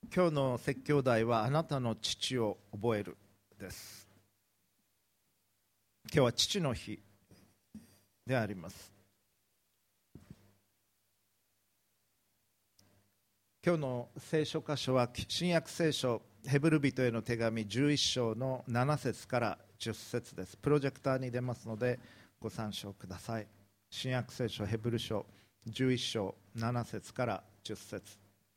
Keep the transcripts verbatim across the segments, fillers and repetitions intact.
今日の説教題はあなたの父を覚えるです。今日は父の日であります。今日の聖書箇所は新約聖書ヘブル人への手紙じゅういっ章のなな節からじゅっ節です。プロジェクターに出ますのでご参照ください。新約聖書ヘブル書じゅういっ章なな節からじゅっ節。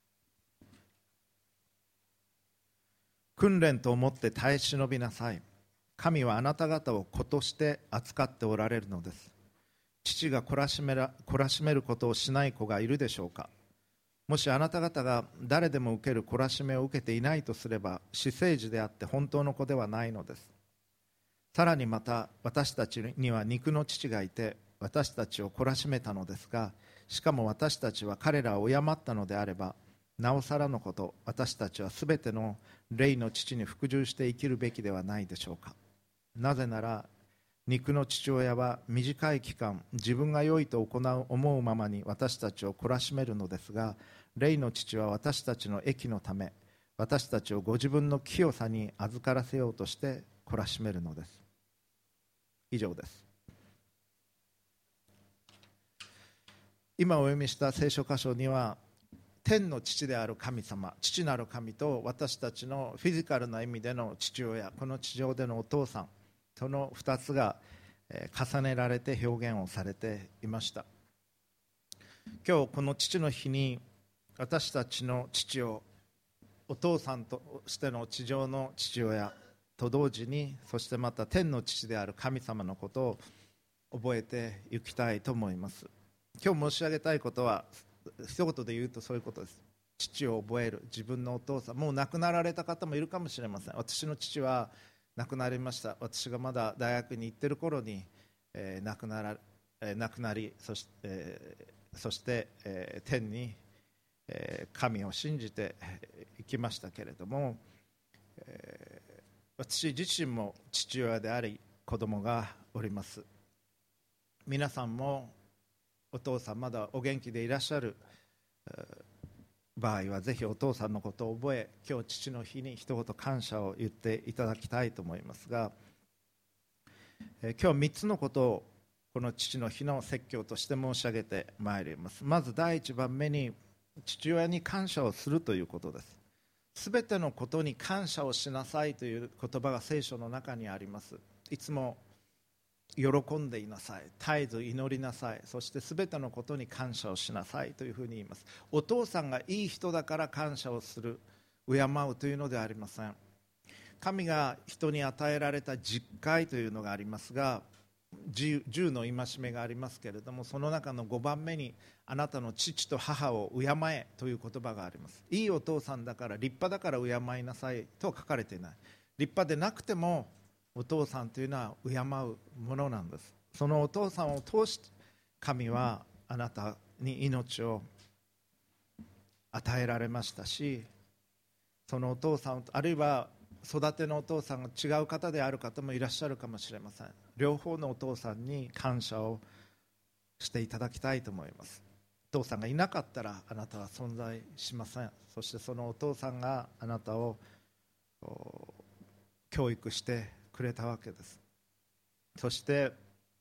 訓練と思って耐え忍びなさい。神はあなた方を子として扱っておられるのです。父が懲らしめら、懲らしめることをしない子がいるでしょうか。もしあなた方が誰でも受ける懲らしめを受けていないとすれば、私生児であって本当の子ではないのです。さらにまた私たちには肉の父がいて、私たちを懲らしめたのですが、しかも私たちは彼らを敬ったのであれば、なおさらのこと、私たちはすべての霊の父に服従して生きるべきではないでしょうか。なぜなら肉の父親は短い期間、自分が良いと行う思うままに私たちを懲らしめるのですが、霊の父は私たちの益のため、私たちをご自分の清さに預からせようとして懲らしめるのです。以上です。今お読みした聖書箇所には、天の父である神様、父なる神と私たちのフィジカルな意味での父親、この地上でのお父さん、そのふたつが重ねられて表現をされていました。今日この父の日に、私たちの父をお父さんとしての地上の父親と同時に、そしてまた天の父である神様のことを覚えていきたいと思います。今日申し上げたいことは一言で言うとそういうことです。父を覚える。自分のお父さん、もう亡くなられた方もいるかもしれません。私の父は亡くなりました。私がまだ大学に行っている頃に、えー、亡くなら、えー、亡くなり、そして、えー、そして、えー、天に、えー、神を信じていきましたけれども、えー、私自身も父親であり子供がおります。皆さんもお父さんまだお元気でいらっしゃる場合は、ぜひお父さんのことを覚え、今日父の日に一言感謝を言っていただきたいと思いますが、え今日みっつのことをこの父の日の説教として申し上げてまいります。まず第一番目に、父親に感謝をするということです。すべてのことに感謝をしなさいという言葉が聖書の中にあります。いつも喜んでいなさい、絶えず祈りなさい、そしてすべてのことに感謝をしなさいというふうに言います。お父さんがいい人だから感謝をする、敬うというのではありません。神が人に与えられた実戒というのがありますが、じゅうの戒めがありますけれども、その中のごばんめに、あなたの父と母を敬えという言葉があります。いいお父さんだから、立派だから敬いなさいとは書かれていない。立派でなくてもお父さんというのは敬うものなんです。そのお父さんを通して神はあなたに命を与えられましたし、そのお父さん、あるいは育てのお父さんが違う方である方もいらっしゃるかもしれません。両方のお父さんに感謝をしていただきたいと思います。お父さんがいなかったらあなたは存在しません。そしてそのお父さんがあなたを教育してくれたわけです。そして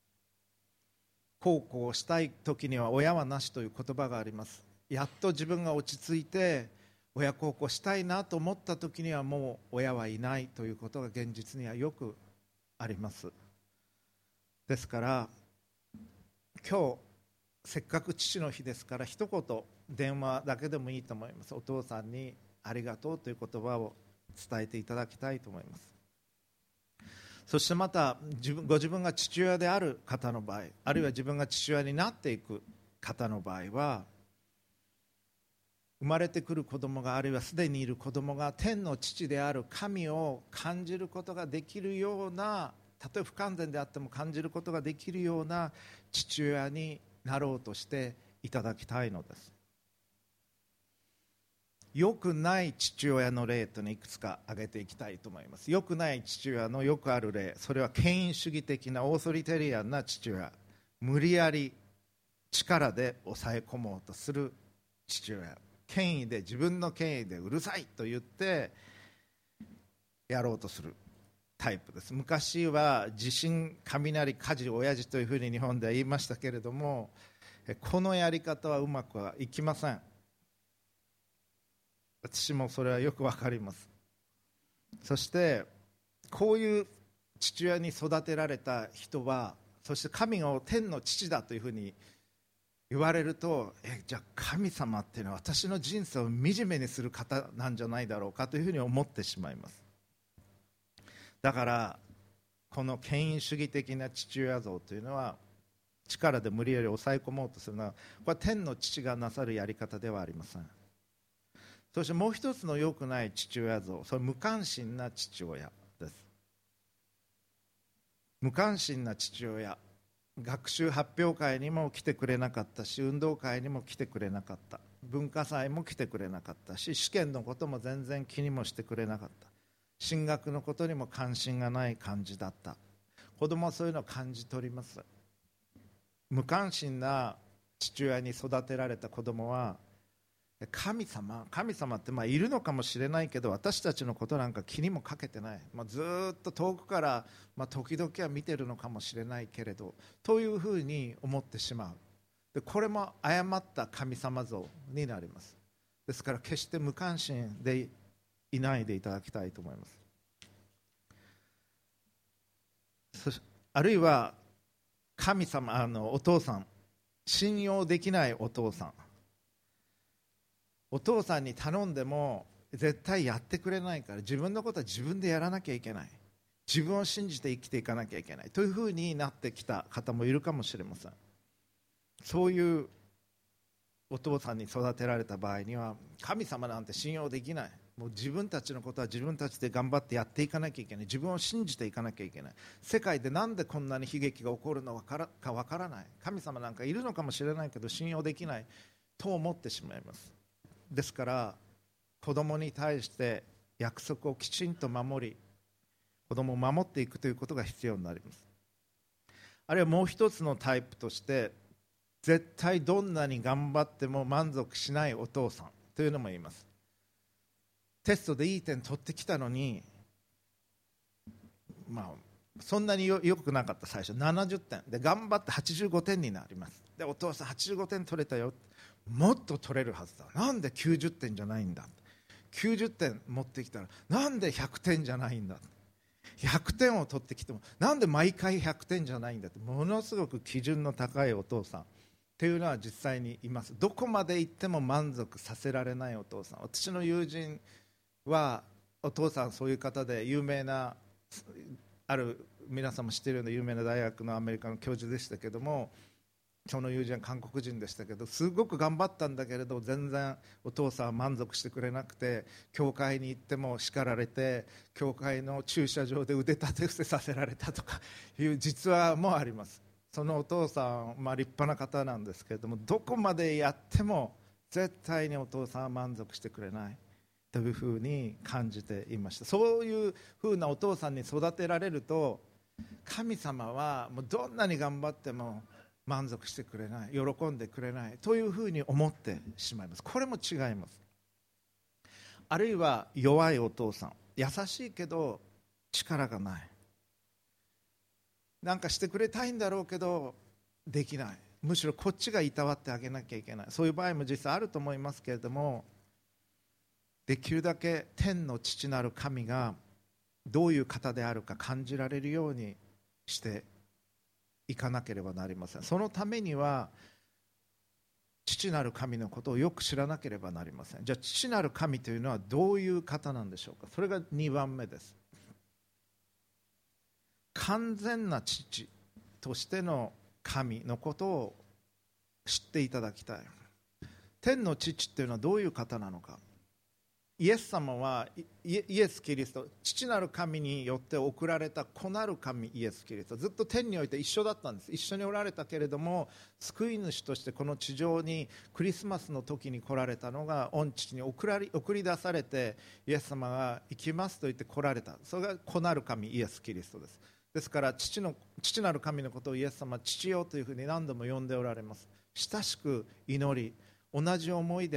孝行したい時には親はなしという言葉があります。やっと自分が落ち着いて親孝行したいなと思った時にはもう親はいないということが現実にはよくあります。ですから今日せっかく父の日ですから、一言電話だけでもいいと思います。お父さんにありがとうという言葉を伝えていただきたいと思います。そしてまた自分ご自分が父親である方の場合、あるいは自分が父親になっていく方の場合は、生まれてくる子供が、あるいはすでにいる子供が天の父である神を感じることができるような、たとえ不完全であっても感じることができるような父親になろうとしていただきたいのです。良くない父親の例というのをいくつか挙げていきたいと思います。良くない父親のよくある例、それは権威主義的なオーソリテリアンな父親、無理やり力で抑え込もうとする父親、 権威で、自分の権威でうるさいと言ってやろうとするタイプです。昔は地震、雷、火事、親父というふうに日本では言いましたけれども、このやり方はうまくはいきません。私もそれはよくわかります。そしてこういう父親に育てられた人は、そして神が天の父だというふうに言われると、えじゃあ神様っていうのは私の人生を惨めにする方なんじゃないだろうかというふうに思ってしまいます。だからこの権威主義的な父親像というのは、力で無理やり抑え込もうとするのは、これは天の父がなさるやり方ではありません。そしてもう一つの良くない父親像、それは無関心な父親です。無関心な父親、学習発表会にも来てくれなかったし、運動会にも来てくれなかった、文化祭も来てくれなかったし、試験のことも全然気にもしてくれなかった、進学のことにも関心がない感じだった。子供はそういうのを感じ取ります。無関心な父親に育てられた子供は、神様神様ってまあいるのかもしれないけど、私たちのことなんか気にもかけてない、まあ、ずっと遠くから、まあ、時々は見てるのかもしれないけれどというふうに思ってしまう。でこれも誤った神様像になります。ですから決して無関心でいないでいただきたいと思います。そあるいは神様、あのお父さん、信用できないお父さん、お父さんに頼んでも絶対やってくれないから、自分のことは自分でやらなきゃいけない、自分を信じて生きていかなきゃいけないというふうになってきた方もいるかもしれません。そういうお父さんに育てられた場合には、神様なんて信用できない、もう自分たちのことは自分たちで頑張ってやっていかなきゃいけない、自分を信じていかなきゃいけない、世界でなんでこんなに悲劇が起こるのかわからない、神様なんかいるのかもしれないけど信用できないと思ってしまいます。ですから子供に対して約束をきちんと守り、子供を守っていくということが必要になります。あるいはもう一つのタイプとして、絶対どんなに頑張っても満足しないお父さんというのもいます。テストでいい点取ってきたのに、まあそんなに よ, よくなかった、最初ななじゅってんで頑張ってはちじゅうごてんになります。でお父さんはちじゅうごてん取れたよ、もっと取れるはずだ、なんできゅうじゅってんじゃないんだ、きゅうじゅってん持ってきたらなんでひゃくてんじゃないんだ、ひゃくてんを取ってきてもなんで毎回ひゃくてんじゃないんだって、ものすごく基準の高いお父さんっていうのは実際にいます。どこまで行っても満足させられないお父さん。私の友人はお父さんそういう方で、有名なある皆さんも知っているような有名な大学のアメリカの教授でしたけども、その友人は韓国人でしたけど、すごく頑張ったんだけれど全然お父さんは満足してくれなくて、教会に行っても叱られて、教会の駐車場で腕立て伏せさせられたとかいう実話もあります。そのお父さん、まあ、立派な方なんですけれども、どこまでやっても絶対にお父さんは満足してくれないというふうに感じていました。そういうふうなお父さんに育てられると、神様はもうどんなに頑張っても満足してくれない、喜んでくれないというふうに思ってしまいます。これも違います。あるいは弱いお父さん、優しいけど力がない、なんかしてくれたいんだろうけどできない、むしろこっちがいたわってあげなきゃいけない、そういう場合も実際あると思いますけれども、できるだけ天の父なる神がどういう方であるか感じられるようにしていかなければなりません。そのためには父なる神のことをよく知らなければなりません。じゃあ父なる神というのはどういう方なんでしょうか。それがにばんめです。完全な父としての神のことを知っていただきたい。天の父というのはどういう方なのか。イエス様はイエス・キリスト、父なる神によって送られた子なる神イエス・キリスト、ずっと天において一緒だったんです。一緒におられたけれども、救い主としてこの地上にクリスマスの時に来られたのが、御父に送らり送り出されて、イエス様が行きますと言って来られた、それが子なる神イエス・キリストです。ですから父の父なる神のことをイエス様は父よというふうに何度も呼んでおられます。親しく祈り、同じ思いで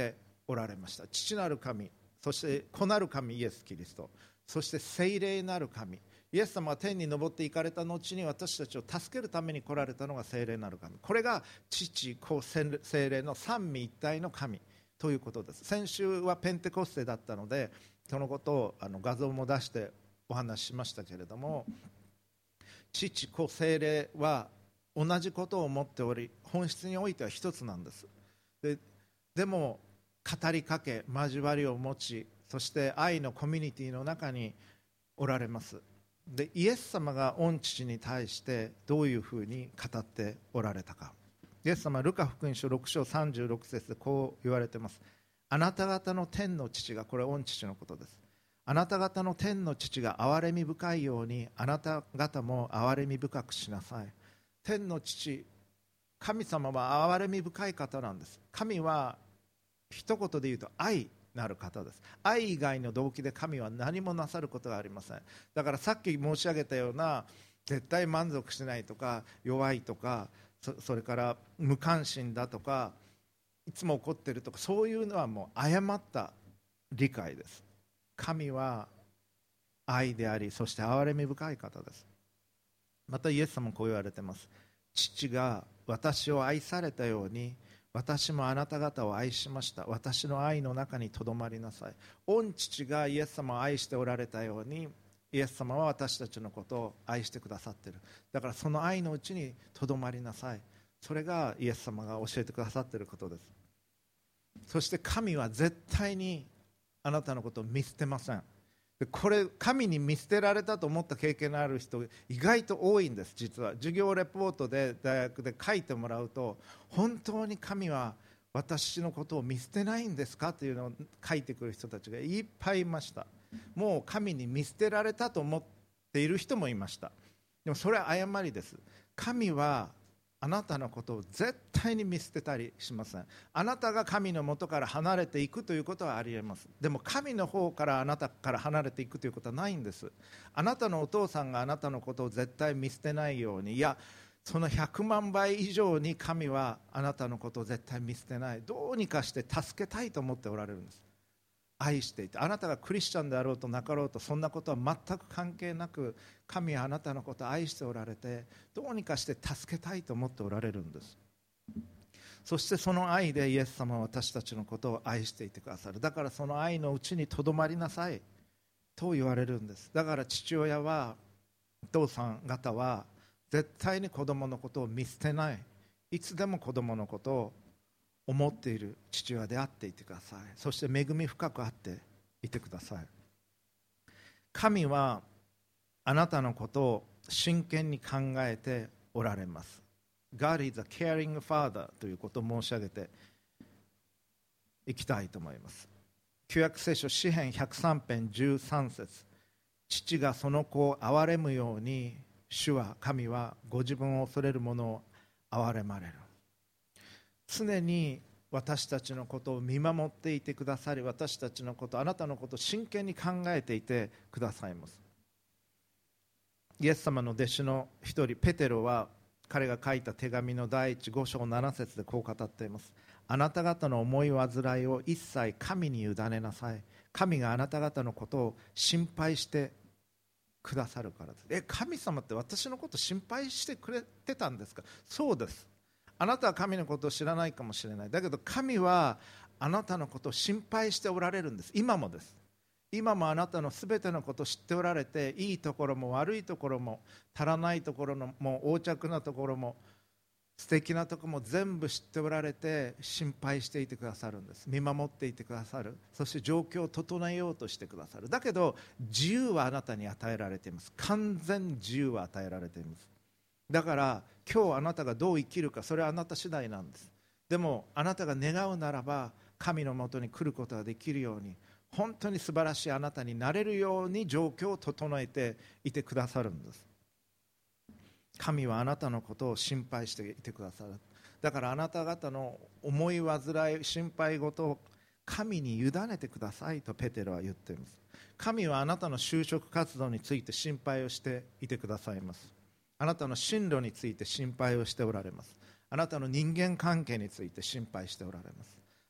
おられました。父なる神、そして子なる神イエス・キリスト、そして聖霊なる神。イエス様が天に昇って行かれた後に私たちを助けるために来られたのが聖霊なる神。これが父、子、聖霊の三位一体の神ということです。先週はペンテコステだったのでそのことをあの画像も出してお話ししましたけれども、父、子、聖霊は同じことを持っており、本質においては一つなんです。 で, でも語りかけ交わりを持ち、そして愛のコミュニティの中におられます。でイエス様が御父に対してどういうふうに語っておられたか。イエス様はルカ福音書ろく章さんじゅうろく節でこう言われています。あなた方の天の父が、これは御父のことです。あなた方の天の父が憐れみ深いようにあなた方も憐れみ深くしなさい。天の父、神様は憐れみ深い方なんです。神は一言で言うと愛なる方です。愛以外の動機で神は何もなさることがありません。だからさっき申し上げたような絶対満足しないとか弱いとか そ, それから無関心だとかいつも怒ってるとか、そういうのはもう誤った理解です。神は愛であり、そして憐れみ深い方です。またイエス様もこう言われています。父が私を愛されたように私もあなた方を愛しました。私の愛の中にとどまりなさい。御父がイエス様を愛しておられたように、イエス様は私たちのことを愛してくださっている。だからその愛のうちにとどまりなさい。それがイエス様が教えてくださっていることです。そして神は絶対にあなたのことを見捨てません。これ神に見捨てられたと思った経験のある人意外と多いんです。実は授業レポートで大学で書いてもらうと、本当に神は私のことを見捨てないんですかというのを書いてくる人たちがいっぱいいました。もう神に見捨てられたと思っている人もいました。でもそれは誤りです。神はあなたのことを絶対に見捨てたりしません。あなたが神の元から離れていくということはありえます。でも神の方からあなたから離れていくということはないんです。あなたのお父さんがあなたのことを絶対見捨てないように、いやそのひゃくまんばい以上に神はあなたのことを絶対見捨てない。どうにかして助けたいと思っておられるんです。愛していて、あなたがクリスチャンであろうとなかろうとそんなことは全く関係なく、神はあなたのことを愛しておられて、どうにかして助けたいと思っておられるんです。そしてその愛でイエス様は私たちのことを愛していてくださる。だからその愛のうちにとどまりなさいと言われるんです。だから父親は、お父さん方は絶対に子供のことを見捨てない。いつでも子供のことを思っている父親であっていてください。そして恵み深くあっていてください。神はあなたのことを真剣に考えておられます。 God is a caring father ということを申し上げていきたいと思います。旧約聖書詩編ひゃくさん編じゅうさん節、父がその子を憐れむように主は神はご自分を恐れる者を憐れまれる。常に私たちのことを見守っていてくださり、私たちのこと、あなたのことを真剣に考えていてくださいます。イエス様の弟子の一人ペテロは、彼が書いた手紙の第一ご章なな節でこう語っています。あなた方の思い煩いを一切神に委ねなさい。神があなた方のことを心配してくださるからです。え、神様って私のこと心配してくれてたんですか？そうです。あなたは神のことを知らないかもしれない。だけど神はあなたのことを心配しておられるんです。今もです。今もあなたのすべてのことを知っておられて、いいところも悪いところも足らないところも横着なところも素敵なところも全部知っておられて、心配していてくださるんです。見守っていてくださる。そして状況を整えようとしてくださる。だけど自由はあなたに与えられています。完全自由は与えられています。だから今日あなたがどう生きるか、それはあなた次第なんです。でもあなたが願うならば、神のもとに来ることができるように、本当に素晴らしいあなたになれるように状況を整えていてくださるんです。神はあなたのことを心配していてくださる。だからあなた方の思い煩い、心配事を神に委ねてくださいとペテロは言っています。神はあなたの就職活動について心配をしていてくださいます。あなたの進路について心配をしておられます。あなたの人間関係について心配しておられます。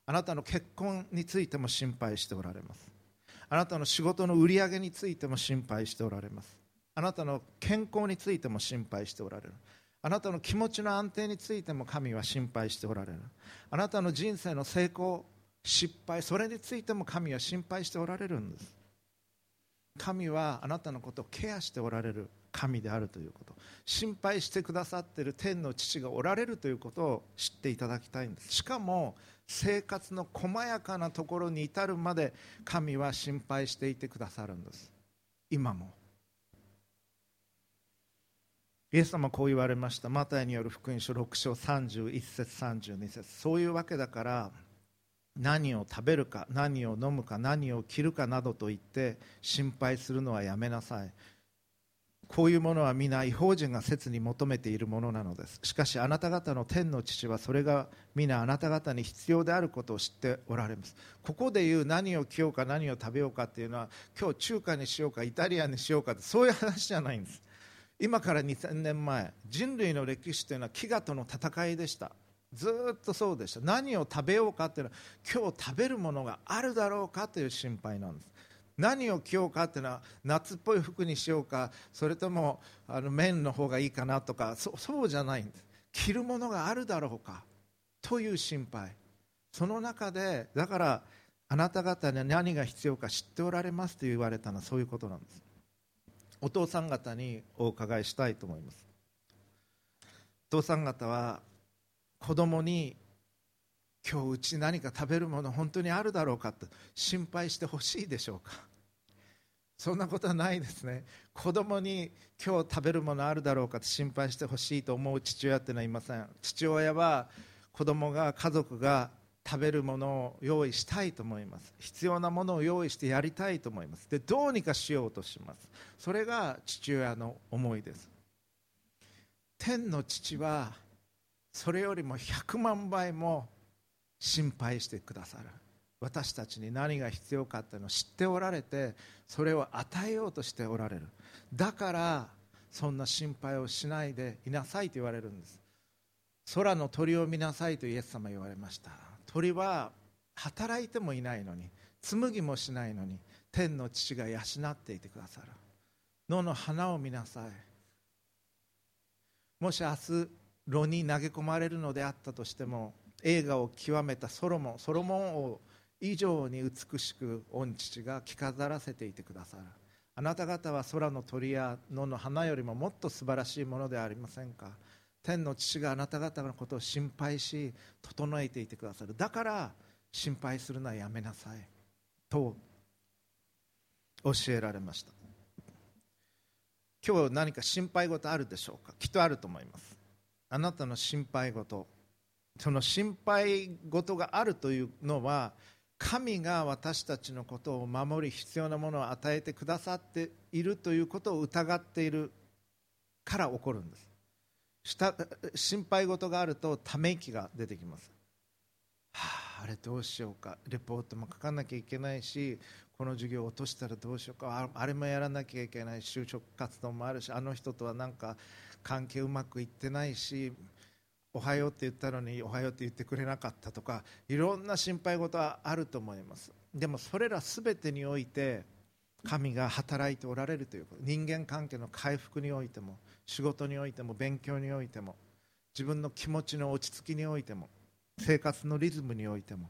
あなたの結婚についても心配しておられます。あなたの仕事の売り上げについても心配しておられます。あなたの健康についても心配しておられる。あなたの気持ちの安定についても神は心配しておられる。あなたの人生の成功、失敗、それについても神は心配しておられるんです。神はあなたのことをケアしておられる神であるということ、心配してくださっている天の父がおられるということを知っていただきたいんです。しかも生活の細やかなところに至るまで神は心配していてくださるんです。今もイエス様はこう言われました。マタイによる福音書ろく章さんじゅういち節さんじゅうに節、そういうわけだから何を食べるか何を飲むか何を着るかなどと言って心配するのはやめなさい。こういうものは皆異邦人が切に求めているものなのです。しかしあなた方の天の父はそれが皆あなた方に必要であることを知っておられます。ここで言う何を着ようか何を食べようかっていうのは今日中華にしようかイタリアンにしようかってそういう話じゃないんです。今からにせんねんまえ、人類の歴史というのは飢餓との戦いでした。ずっとそうでした。何を食べようかというのは今日食べるものがあるだろうかという心配なんです。何を着ようかというのは夏っぽい服にしようかそれともあの綿の方がいいかなとか そ, そうじゃないんです。着るものがあるだろうかという心配、その中でだからあなた方に何が必要か知っておられますと言われたのはそういうことなんです。お父さん方にお伺いしたいと思います。お父さん方は子供に今日うち何か食べるもの本当にあるだろうかと心配してほしいでしょうか。そんなことはないですね。子供に今日食べるものあるだろうかと心配してほしいと思う父親ってのはいません。父親は子供が家族が食べるものを用意したいと思います。必要なものを用意してやりたいと思います。でどうにかしようとします。それが父親の思いです。天の父はそれよりもひゃくまんばいも心配してくださる。私たちに何が必要かというのを知っておられてそれを与えようとしておられる。だからそんな心配をしないでいなさいと言われるんです。空の鳥を見なさいとイエス様は言われました。鳥は働いてもいないのに紡ぎもしないのに天の父が養っていてくださる。野の花を見なさい。もし明日炉に投げ込まれるのであったとしても栄華を極めたソロモンソロモン王以上に美しく御父が着飾らせていてくださる。あなた方は空の鳥や野の花よりももっと素晴らしいものではありませんか。天の父があなた方のことを心配し整えていてくださる。だから心配するのはやめなさいと教えられました。今日何か心配事あるでしょうか。きっとあると思います。あなたの心配事、その心配事があるというのは神が私たちのことを守り必要なものを与えてくださっているということを疑っているから起こるんです。した心配事があるとため息が出てきます。はあ、あれどうしようか、レポートも書かなきゃいけないしこの授業を落としたらどうしようか、あれもやらなきゃいけないし就職活動もあるしあの人とはなんか関係うまくいってないしおはようって言ったのにおはようって言ってくれなかったとかいろんな心配事はあると思います。でもそれらすべてにおいて神が働いておられるということ、人間関係の回復においても仕事においても勉強においても自分の気持ちの落ち着きにおいても生活のリズムにおいても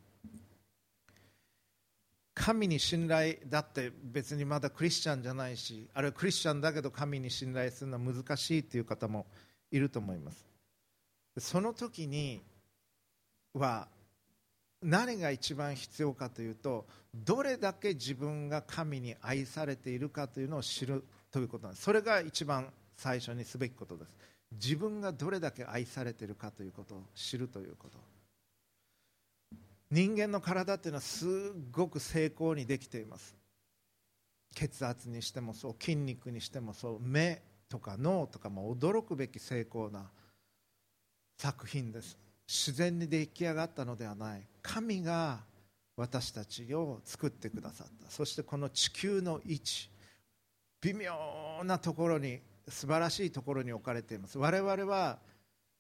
神に信頼だって別にまだクリスチャンじゃないしあるいはクリスチャンだけど神に信頼するのは難しいという方もいると思います。その時には何が一番必要かというとどれだけ自分が神に愛されているかというのを知るということなんです。それが一番最初にすべきことです。自分がどれだけ愛されているかということを知るということ。人間の体というのはすごく精巧にできています。血圧にしてもそう筋肉にしてもそう目とか脳とかも驚くべき精巧な作品です。自然に出来上がったのではない。神が私たちを作ってくださった。そしてこの地球の位置微妙なところに素晴らしいところに置かれています。我々は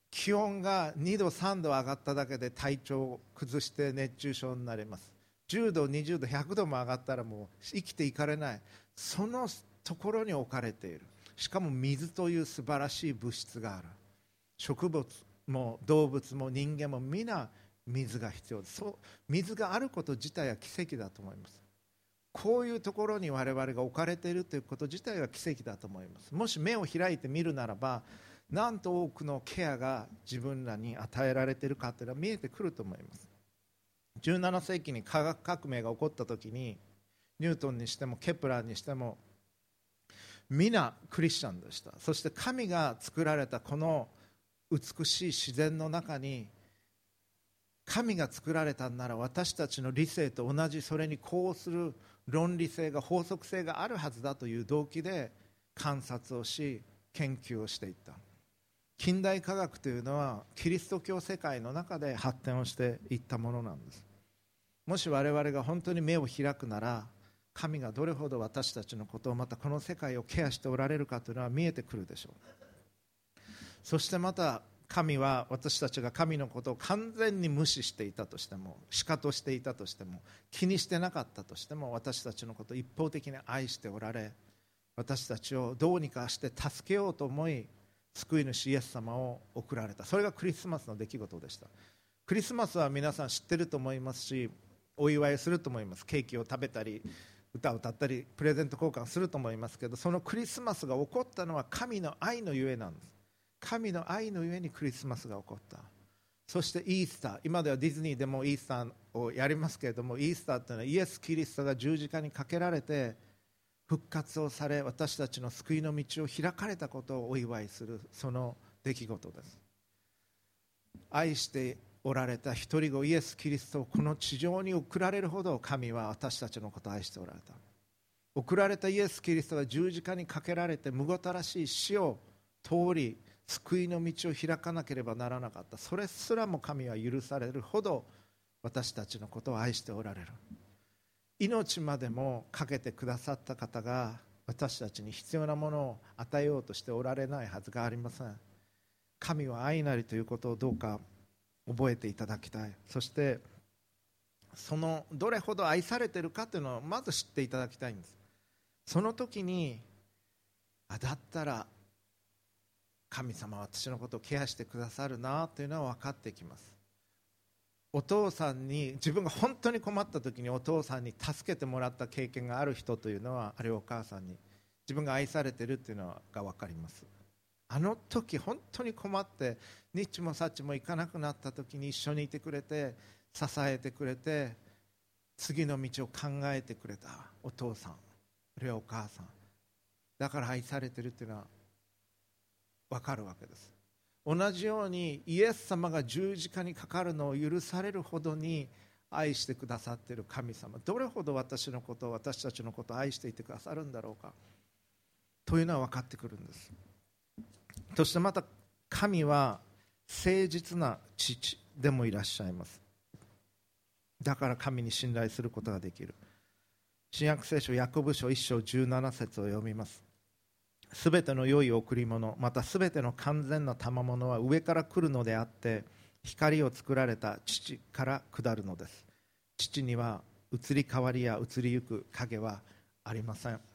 気温がにどさんど上がっただけで体調を崩して熱中症になります。じゅうどにじゅうどひゃくども上がったらもう生きていかれない、そのところに置かれている。しかも水という素晴らしい物質がある。植物も動物も人間も皆水が必要です。そう、水があること自体は奇跡だと思います。こういうところに我々が置かれているということ自体が奇跡だと思います。もし目を開いてみるならば、なんと多くのケアが自分らに与えられているかというのは見えてくると思います。じゅうななせいきに科学革命が起こった時に、ニュートンにしてもケプラーにしても皆クリスチャンでした。そして神が作られたこの美しい自然の中に、神が作られたなら私たちの理性と同じ、それにこうする論理性が、法則性があるはずだという動機で観察をし研究をしていった。近代科学というのはキリスト教世界の中で発展をしていったものなんです。もし我々が本当に目を開くなら、神がどれほど私たちのことを、またこの世界をケアしておられるかというのは見えてくるでしょう。そしてまた神は、私たちが神のことを完全に無視していたとしても、シカトしていたとしても、気にしてなかったとしても、私たちのことを一方的に愛しておられ、私たちをどうにかして助けようと思い、救い主イエス様を送られた。それがクリスマスの出来事でした。クリスマスは皆さん知ってると思いますし、お祝いすると思います。ケーキを食べたり歌を歌ったりプレゼント交換すると思いますけど、そのクリスマスが起こったのは神の愛のゆえなんです。神の愛のゆえにクリスマスが起こった。そしてイースター、今ではディズニーでもイースターをやりますけれども、イースターというのはイエス・キリストが十字架にかけられて復活をされ、私たちの救いの道を開かれたことをお祝いする、その出来事です。愛しておられた一人子イエス・キリストをこの地上に送られるほど、神は私たちのことを愛しておられた。送られたイエス・キリストが十字架にかけられて、むごたらしい死を通り救いの道を開かなければならなかった。それすらも神は許されるほど私たちのことを愛しておられる。命までもかけてくださった方が、私たちに必要なものを与えようとしておられないはずがありません。神は愛なりということをどうか覚えていただきたい。そしてそのどれほど愛されているかというのをまず知っていただきたいんです。その時に、あ、だったら神様は私のことをケアしてくださるなというのは分かってきます。お父さんに、自分が本当に困った時にお父さんに助けてもらった経験がある人というのは、あるいはお母さんに自分が愛されているというのが分かります。あの時本当に困ってニッチもサッチもいかなくなった時に一緒にいてくれて、支えてくれて、次の道を考えてくれたお父さん、あるいはお母さんだから愛されているというのは分かるわけです。同じようにイエス様が十字架にかかるのを許されるほどに愛してくださっている神様、どれほど私のことを、私たちのことを愛していてくださるんだろうかというのは分かってくるんです。そしてまた神は誠実な父でもいらっしゃいます。だから神に信頼することができる。新約聖書ヤコブ書いっ章じゅうなな節を読みます。すべての良い贈り物、またすべての完全な賜物は上から来るのであって、光を作られた父から下るのです。父には移り変わりや移りゆく影はありません。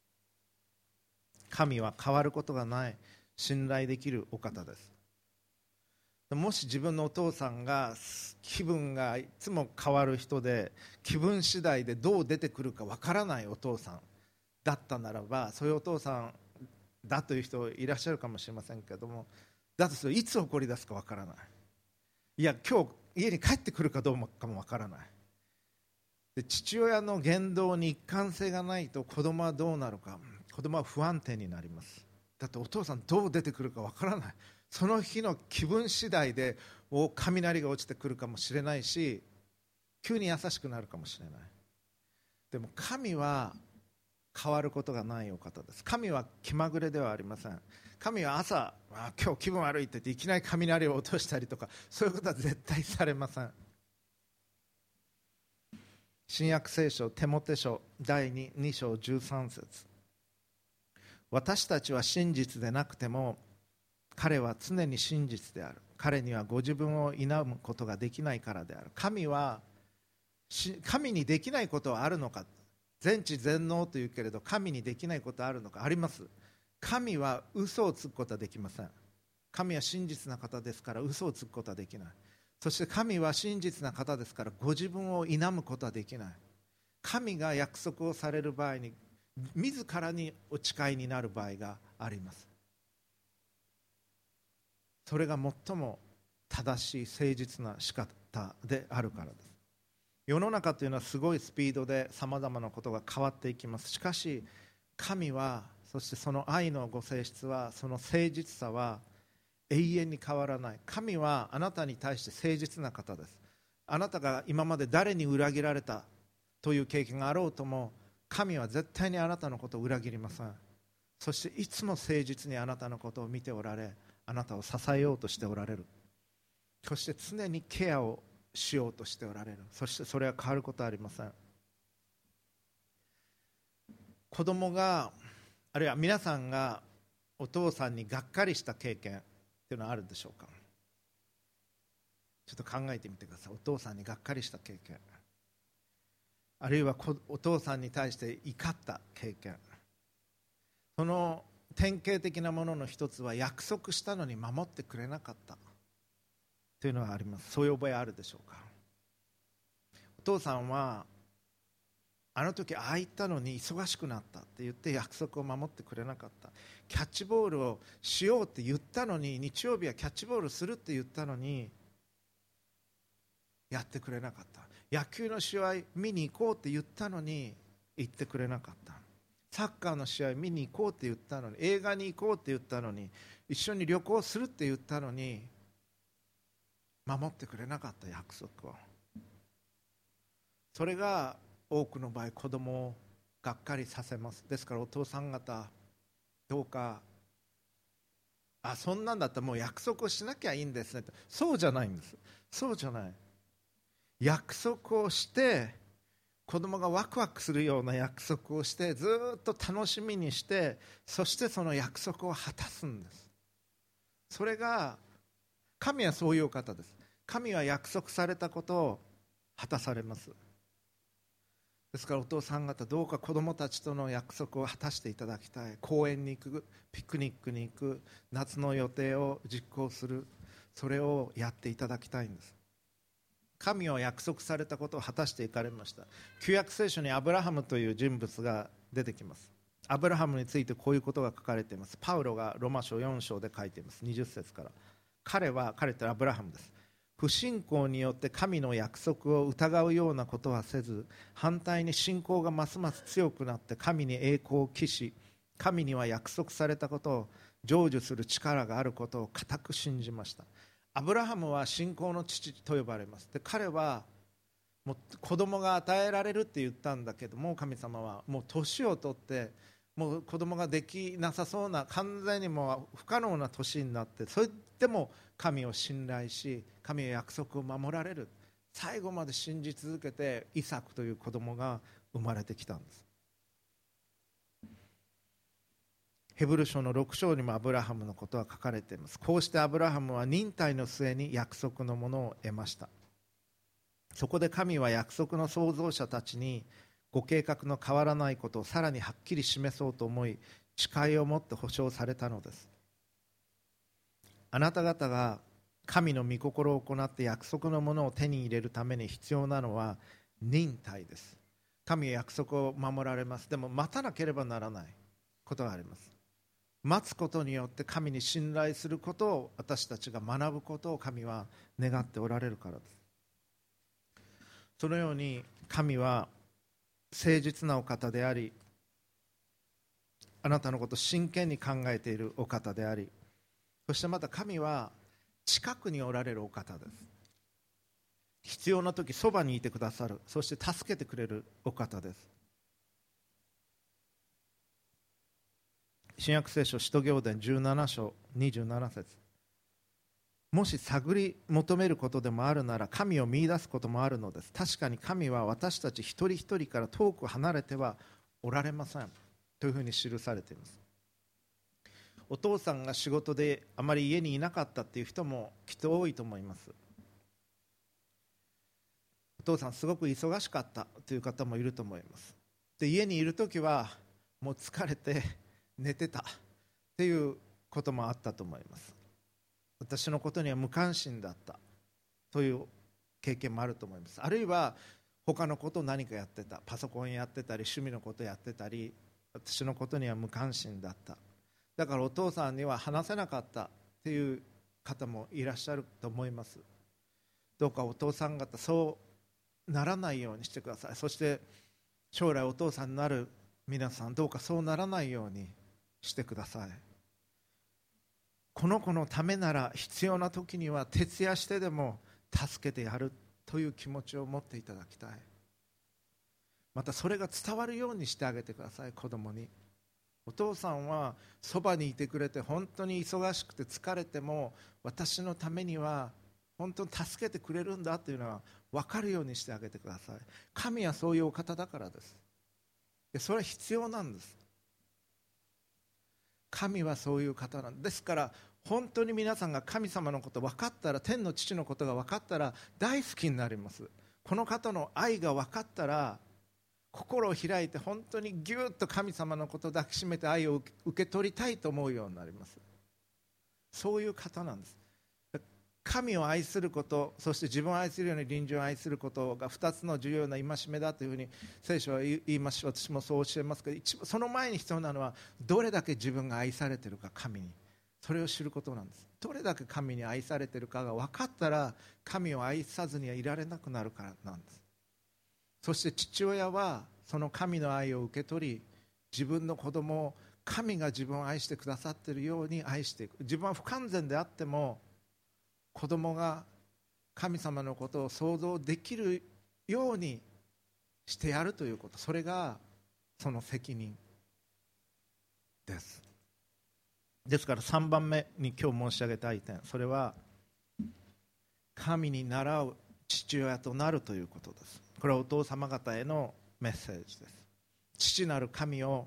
神は変わることがない、信頼できるお方です。もし自分のお父さんが気分がいつも変わる人で、気分次第でどう出てくるかわからないお父さんだったならば、そういうお父さんだという人いらっしゃるかもしれませんけれども、だとするといつ怒り出すかわからない。いや、今日家に帰ってくるかどうかもわからない。で、父親の言動に一貫性がないと子供はどうなるか、子供は不安定になります。だってお父さんどう出てくるかわからない。その日の気分次第でお雷が落ちてくるかもしれないし、急に優しくなるかもしれない。でも神は変わることがないお方です。神は気まぐれではありません。神は朝、あ、今日気分悪いって言っていきなり雷を落としたりとか、そういうことは絶対されません。新約聖書テモテ書だい に, に章じゅうさん節、私たちは真実でなくても彼は常に真実である。彼にはご自分を否むことができないからである。神は神にできないことはあるのか。全知全能というけれど神にできないことはあるのか。あります。神は嘘をつくことはできません。神は真実な方ですから嘘をつくことはできない。そして神は真実な方ですからご自分を否むことはできない。神が約束をされる場合に自らにお誓いになる場合があります。それが最も正しい誠実な仕方であるからです。世の中というのはすごいスピードでさまざまなことが変わっていきます。しかし神は、そしてその愛のご性質は、その誠実さは永遠に変わらない。神はあなたに対して誠実な方です。あなたが今まで誰に裏切られたという経験があろうとも、神は絶対にあなたのことを裏切りません。そしていつも誠実にあなたのことを見ておられ、あなたを支えようとしておられる。そして常にケアをしようとしておられる。そしてそれは変わることはありません。子供が、あるいは皆さんがお父さんにがっかりした経験っていうのはあるでしょうか。ちょっと考えてみてください。お父さんにがっかりした経験、あるいはお父さんに対して怒った経験。その典型的なものの一つは、約束したのに守ってくれなかったというのがあります。そういう覚えあるでしょうか。お父さんはあの時ああ言ったのに忙しくなったって言って約束を守ってくれなかった。キャッチボールをしようって言ったのに、日曜日はキャッチボールするって言ったのにやってくれなかった。野球の試合見に行こうって言ったのに行ってくれなかった。サッカーの試合見に行こうって言ったのに、映画に行こうって言ったのに、一緒に旅行するって言ったのに守ってくれなかった約束を。それが多くの場合子供をがっかりさせます。ですからお父さん方、どうか、あ、そんなんだったらもう約束をしなきゃいいんですね。そうじゃないんです。そうじゃない。約束をして、子供がワクワクするような約束をして、ずっと楽しみにして、そしてその約束を果たすんです。それが神はそういうお方です。神は約束されたことを果たされます。ですからお父さん方、どうか子供たちとの約束を果たしていただきたい。公園に行く、ピクニックに行く、夏の予定を実行する、それをやっていただきたいんです。神は約束されたことを果たしていかれました。旧約聖書にアブラハムという人物が出てきます。アブラハムについてこういうことが書かれています。パウロがロマ書よん章で書いています。にじゅっ節から。彼は、彼ってアブラハムです。不信仰によって神の約束を疑うようなことはせず、反対に信仰がますます強くなって神に栄光を期し、神には約束されたことを成就する力があることを固く信じました。アブラハムは信仰の父と呼ばれます。で、彼はもう子供が与えられるって言ったんだけども、神様はもう年を取ってもう子供ができなさそうな、完全にもう不可能な年になって、それでも神を信頼し、神の約束を守られる、最後まで信じ続けてイサクという子供が生まれてきたんです。ヘブル書のろく章にもアブラハムのことは書かれています。こうしてアブラハムは忍耐の末に約束のものを得ました。そこで神は約束の創造者たちにご計画の変わらないことをさらにはっきり示そうと思い、誓いを持って保証されたのです。あなた方が神の御心を行って約束のものを手に入れるために必要なのは忍耐です。神は約束を守られます。でも待たなければならないことがあります。待つことによって神に信頼することを私たちが学ぶことを神は願っておられるからです。そのように神は誠実なお方であり、あなたのことを真剣に考えているお方であり、そしてまた神は近くにおられるお方です。必要な時そばにいてくださる、そして助けてくれるお方です。新約聖書使徒行伝じゅうなな章にじゅうなな節、もし探り求めることでもあるなら神を見出すこともあるのです。確かに神は私たち一人一人から遠く離れてはおられませんというふうに記されています。 お父さんが仕事であまり家にいなかったっていう人もきっと多いと思います。お父さんすごく忙しかったという方もいると思います。で、家にいるときはもう疲れて寝てたっていうこともあったと思います。私のことには無関心だったという経験もあると思います。あるいは他のことを何かやってた、パソコンやってたり趣味のことやってたり、私のことには無関心だった、だからお父さんには話せなかったっていう方もいらっしゃると思います。どうかお父さん方そうならないようにしてください。そして将来お父さんになる皆さん、どうかそうならないようにしてください。この子のためなら必要な時には徹夜してでも助けてやるという気持ちを持っていただきたい。またそれが伝わるようにしてあげてください。子供に、お父さんはそばにいてくれて、本当に忙しくて疲れても私のためには本当に助けてくれるんだというのは分かるようにしてあげてください。神はそういうお方だからです。でそれは必要なんです。神はそういう方なんですから、本当に皆さんが神様のこと分かったら、天の父のことが分かったら大好きになります。この方の愛が分かったら心を開いて本当にぎゅっと神様のことを抱きしめて愛を受け取りたいと思うようになります。そういう方なんです。神を愛すること、そして自分を愛するように隣人を愛することがふたつの重要な戒めだというふうに聖書は言いますし、私もそう教えますけど、その前に必要なのはどれだけ自分が愛されているか、神にそれを知ることなんです。どれだけ神に愛されているかが分かったら神を愛さずにはいられなくなるからなんです。そして父親はその神の愛を受け取り、自分の子供を神が自分を愛してくださっているように愛していく。自分は不完全であっても子供が神様のことを想像できるようにしてやるということ、それがその責任です。ですからさんばんめに今日申し上げたい点、それは神に倣う父親となるということです。これはお父様方へのメッセージです。父なる神を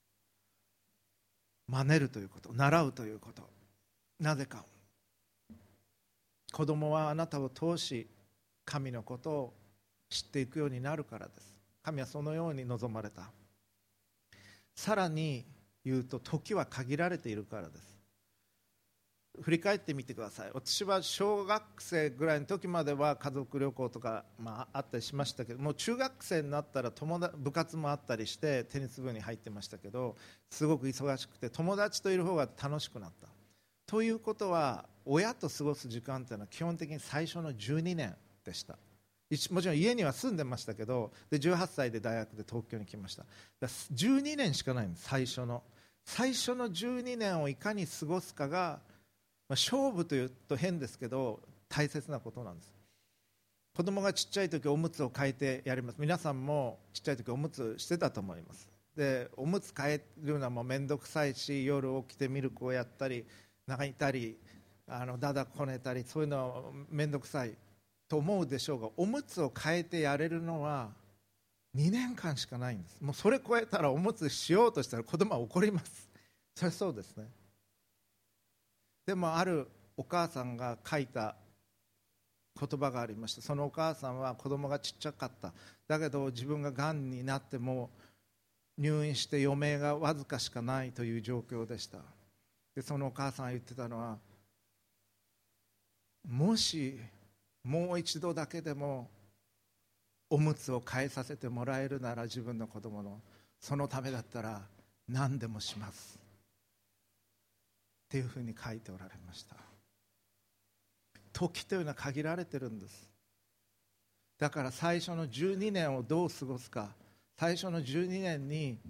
真似るということ、習うということ。なぜか、子供はあなたを通し神のことを知っていくようになるからです。神はそのように望まれた。さらに言うと、時は限られているからです。振り返ってみてください。私は小学生ぐらいの時までは家族旅行とか、まあ、あったりしましたけども、中学生になったら友達部活もあったりしてテニス部に入ってましたけど、すごく忙しくて友達といる方が楽しくなった。ということは、親と過ごす時間というのは基本的に最初のじゅうにねんでした。もちろん家には住んでましたけど、でじゅうはっさいで大学で東京に来ました。だじゅうにねんしかないんです。最初の最初のじゅうにねんをいかに過ごすかが、まあ、勝負というと変ですけど大切なことなんです。子供がちっちゃい時おむつを変えてやります。皆さんもちっちゃい時おむつしてたと思います。でおむつ変えるのはもう面倒くさいし、夜起きてミルクをやったり泣いたりあのだだこねたり、そういうのは面倒くさいと思うでしょうが、おむつを変えてやれるのはにねんかんしかないんです。もうそれ超えたらおむつしようとしたら子供は怒ります。それはそうですね。でもあるお母さんが書いた言葉がありました。そのお母さんは子供がちっちゃかった。だけど自分ががんになっても入院して余命がわずかしかないという状況でした。でそのお母さんが言ってたのは、もしもう一度だけでもおむつを変えさせてもらえるなら、自分の子供のそのためだったら何でもしますっていうふうに書いておられました。時というのは限られてるんです。だから最初のじゅうにねんをどう過ごすか、最初のじゅうにねんに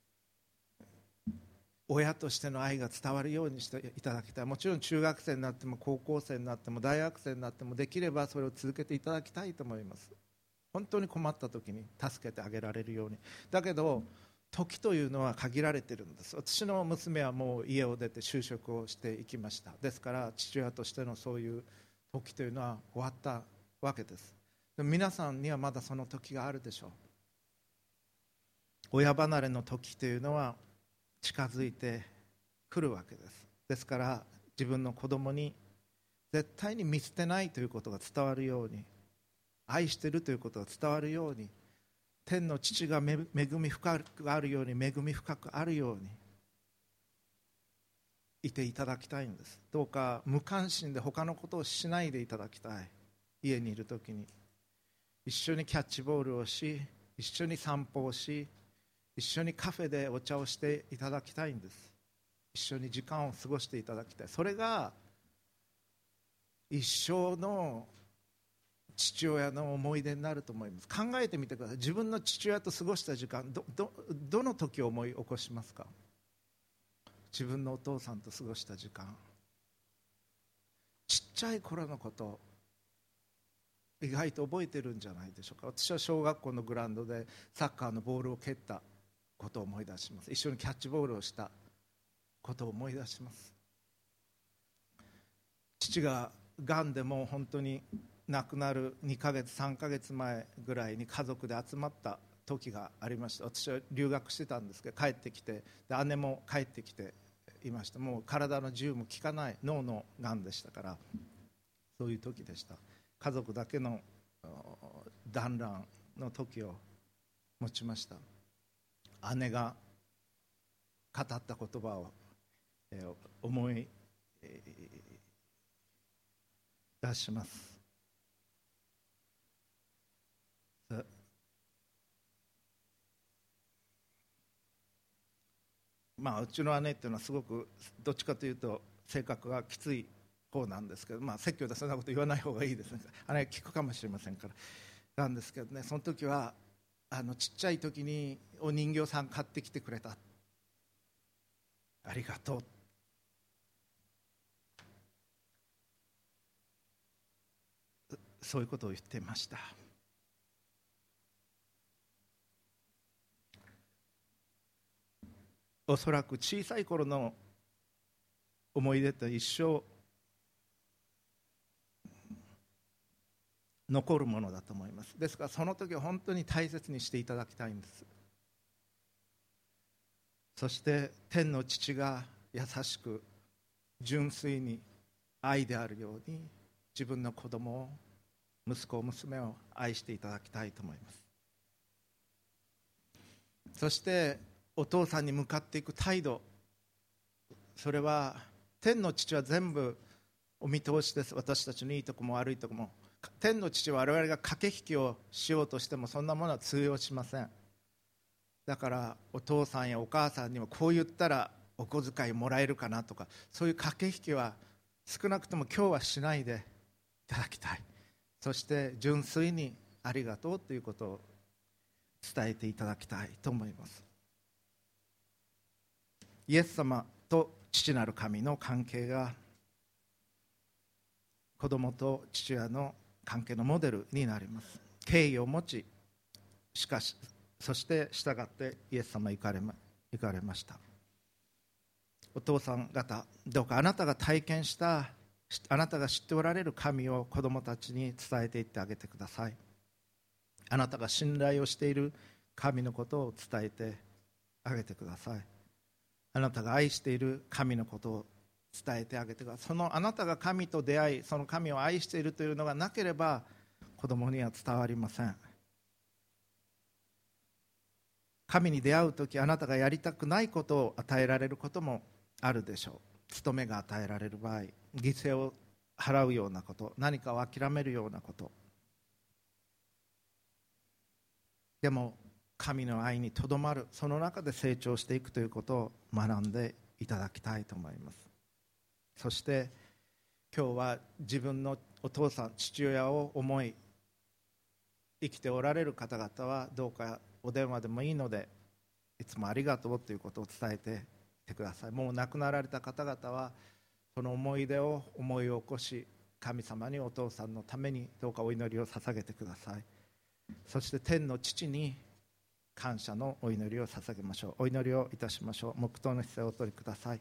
親としての愛が伝わるようにしていただきたい。もちろん中学生になっても高校生になっても大学生になっても、できればそれを続けていただきたいと思います。本当に困った時に助けてあげられるように。だけど時というのは限られているんです。私の娘はもう家を出て就職をしていきました。ですから父親としてのそういう時というのは終わったわけです。でも皆さんにはまだその時があるでしょう。親離れの時というのは近づいて来るわけです。ですから自分の子供に絶対に見捨てないということが伝わるように、愛しているということが伝わるように、天の父が恵み深くあるように恵み深くあるようにいていただきたいんです。どうか無関心で他のことをしないでいただきたい。家にいるときに一緒にキャッチボールをし、一緒に散歩をし、一緒にカフェでお茶をしていただきたいんです。一緒に時間を過ごしていただきたい。それが一生の父親の思い出になると思います。考えてみてください。自分の父親と過ごした時間、ど、ど、どの時を思い起こしますか？自分のお父さんと過ごした時間、ちっちゃい頃のこと意外と覚えてるんじゃないでしょうか。私は小学校のグラウンドでサッカーのボールを蹴ったことを思い出します。一緒にキャッチボールをしたことを思い出します。父ががんでもう本当に亡くなるにかげつさんかげつまえぐらいに家族で集まった時がありました。私は留学してたんですけど帰ってきて、で姉も帰ってきていました。もう体の自由も利かない脳のがんでしたから、そういう時でした。家族だけの団らんの時を持ちました。姉が語った言葉を思い出します。まあ、うちの姉っていうのはすごくどっちかというと性格がきつい方なんですけど、まあ、説教でそんなこと言わない方がいいですね。姉は聞くかもしれませんからなんですけどね、その時はあのちっちゃい時にお人形さん買ってきてくれた、ありがとう、そういうことを言っていました。おそらく小さい頃の思い出って一生残るものだと思います。ですからその時は本当に大切にしていただきたいんです。そして天の父が優しく純粋に愛であるように自分の子供を、息子娘を愛していただきたいと思います。そしてお父さんに向かっていく態度、それは天の父は全部お見通しです。私たちのいいとこも悪いとこも。天の父は我々が駆け引きをしようとしてもそんなものは通用しません。だからお父さんやお母さんにもこう言ったらお小遣いもらえるかなとか、そういう駆け引きは少なくとも今日はしないでいただきたい。そして純粋にありがとうということを伝えていただきたいと思います。イエス様と父なる神の関係が子供と父親の関係のモデルになります。敬意を持ち、しかしそして従ってイエス様行かれま、行かれました。お父さん方、どうかあなたが体験した、あなたが知っておられる神を子供たちに伝えていってあげてください。あなたが信頼をしている神のことを伝えてあげてください。あなたが愛している神のことを伝えてあげてください。そのあなたが神と出会い、その神を愛しているというのがなければ子供には伝わりません。神に出会うとき、あなたがやりたくないことを与えられることもあるでしょう。務めが与えられる場合、犠牲を払うようなこと、何かを諦めるようなこと、でも神の愛にとどまる、その中で成長していくということを学んでいただきたいと思います。そして今日は自分のお父さん、父親を思い生きておられる方々はどうかお電話でもいいのでいつもありがとうということを伝えていてください。もう亡くなられた方々はその思い出を思い起こし、神様にお父さんのためにどうかお祈りを捧げてください。そして天の父に感謝のお祈りを捧げましょう。お祈りをいたしましょう。黙祷の姿勢をお取りください。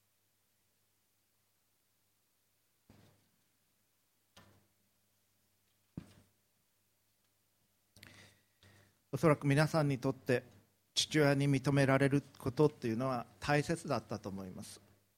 おそらく皆さんにとって父親に認められることっていうのは大切だったと思います。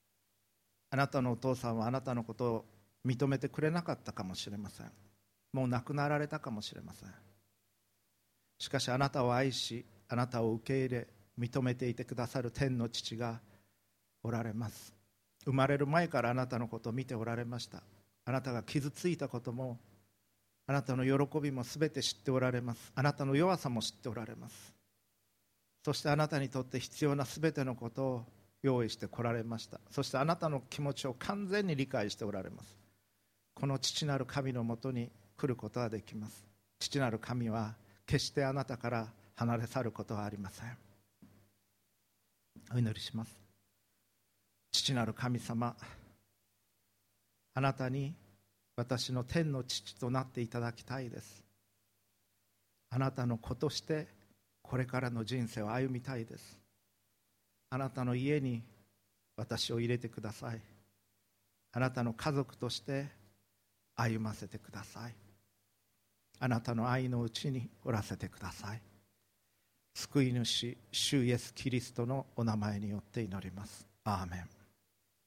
あなたのお父さんはあなたのことを認めてくれなかったかもしれません。もう亡くなられたかもしれません。しかしあなたを愛し、あなたを受け入れ認めていてくださる天の父がおられます。生まれる前からあなたのことを見ておられました。あなたが傷ついたことも、あなたの喜びもすべて知っておられます。あなたの弱さも知っておられます。そしてあなたにとって必要なすべてのことを用意してこられました。そしてあなたの気持ちを完全に理解しておられます。この父なる神のもとに来ることはできます。父なる神は決してあなたから離れ去ることはありません。お祈りします。父なる神様、あなたに私の天の父となっていただきたいです。あなたの子としてこれからの人生を歩みたいです。あなたの家に私を入れてください。あなたの家族として歩ませてください。あなたの愛のうちにおらせてください。救い主主イエスキリストのお名前によって祈ります。アーメン。